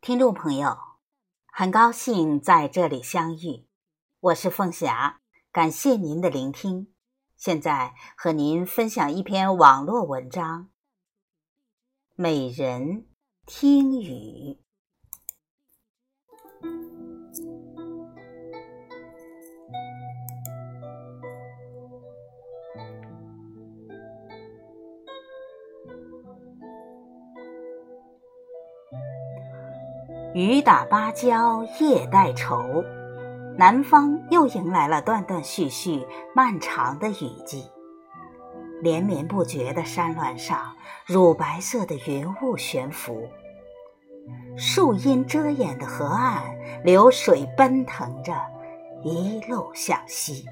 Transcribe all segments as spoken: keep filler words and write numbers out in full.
听众朋友，很高兴在这里相遇，我是凤霞，感谢您的聆听。现在和您分享一篇网络文章，美人听雨。雨打芭蕉夜带愁，南方又迎来了断断续续漫长的雨季。连绵不绝的山峦上，乳白色的云雾悬浮，树荫遮掩的河岸，流水奔腾着，一路向西。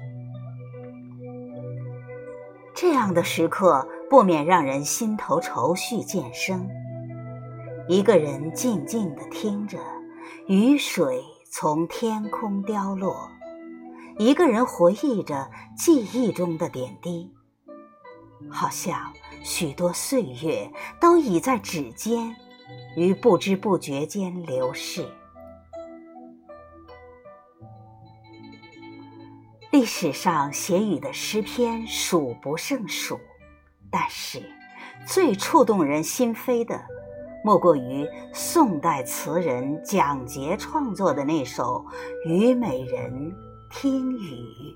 这样的时刻不免让人心头愁绪渐生。一个人静静地听着雨水从天空凋落，一个人回忆着记忆中的点滴，好像许多岁月都已在指尖于不知不觉间流逝。历史上写雨的诗篇数不胜数，但是最触动人心扉的莫过于宋代词人蒋捷创作的那首《虞美人听雨》。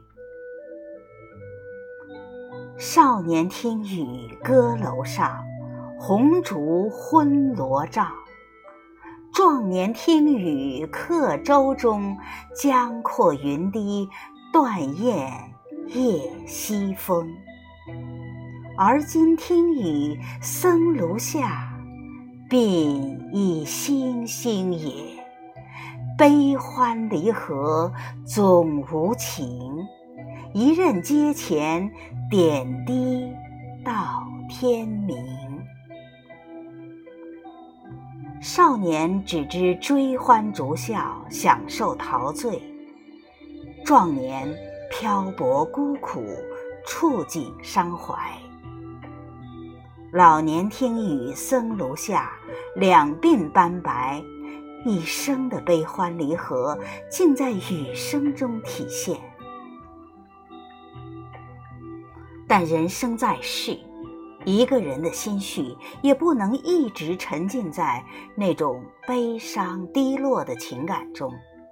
少年听雨歌楼上，红烛昏罗帐。壮年听雨客舟中，江阔云低，断雁夜西风。而今听雨僧庐下，鬓已星星也，悲欢离合总无情，一任阶前点滴到天明。少年只知追欢逐笑，享受陶醉；壮年漂泊孤苦，触景伤怀。老年听雨僧庐下，两鬓斑白，一生的悲欢离合竟在雨声中体现。但人生在世，一个人的心绪也不能一直沉浸在那种悲伤低落的情感中。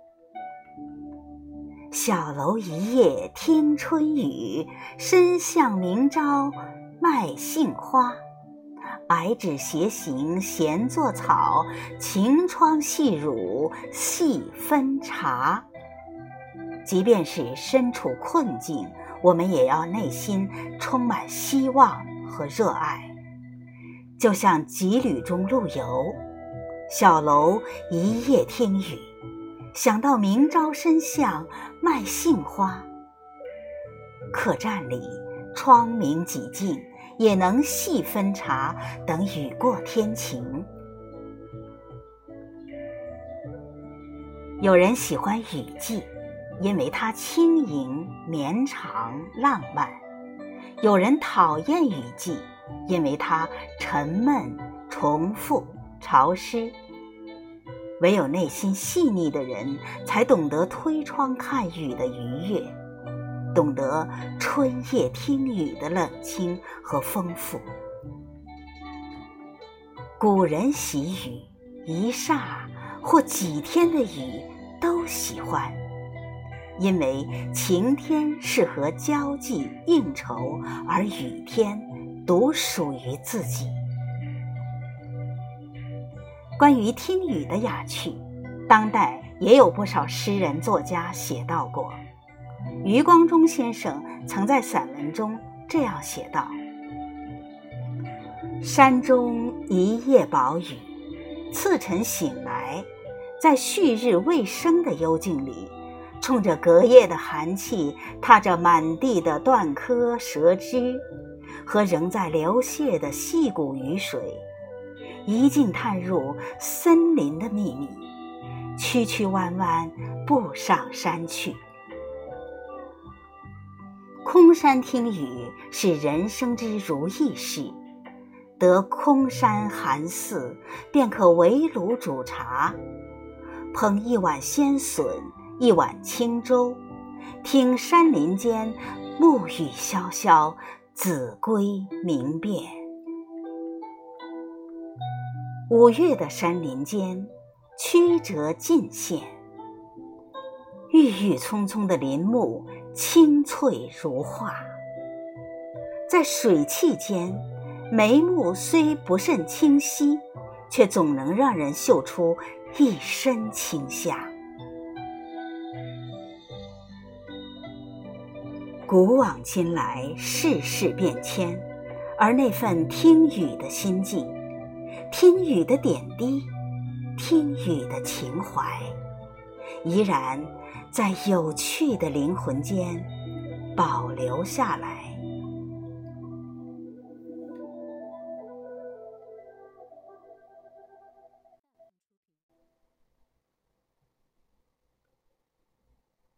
小楼一夜听春雨，深巷明朝卖杏花。白纸斜行闲作草，晴窗细乳细分茶。即便是身处困境，我们也要内心充满希望和热爱。就像笈旅中陆游，小楼一夜听雨，想到明朝深巷卖杏花。客栈里窗明几净，也能细分茶，等雨过天晴。有人喜欢雨季，因为它轻盈绵长浪漫；有人讨厌雨季，因为它沉闷重复潮湿。唯有内心细腻的人，才懂得推窗看雨的愉悦，懂得春夜听雨的冷清和丰富。古人喜雨，一霎或几天的雨都喜欢，因为晴天适合交际应酬，而雨天独属于自己。关于听雨的雅趣，当代也有不少诗人作家写到过。余光中先生曾在散文中这样写道：山中一夜宝雨，次晨醒来，在旭日未升的幽静里，冲着隔夜的寒气，踏着满地的断柯折枝和仍在流泻的细谷雨水，一径探入森林的秘密，曲曲弯弯步上山去。空山听雨是人生之如意事， 得空山寒寺，便可围炉煮茶，捧一碗鲜笋，一碗清粥，听山林间暮雨潇潇，子规鸣遍。五月的山林间，曲折尽现，郁郁葱葱的林木青翠如画。在水汽间，眉目虽不甚清晰，却总能让人嗅出一身清香。古往今来，世事变迁，而那份听雨的心境，听雨的点滴，听雨的情怀，依然在有趣的灵魂间保留下来。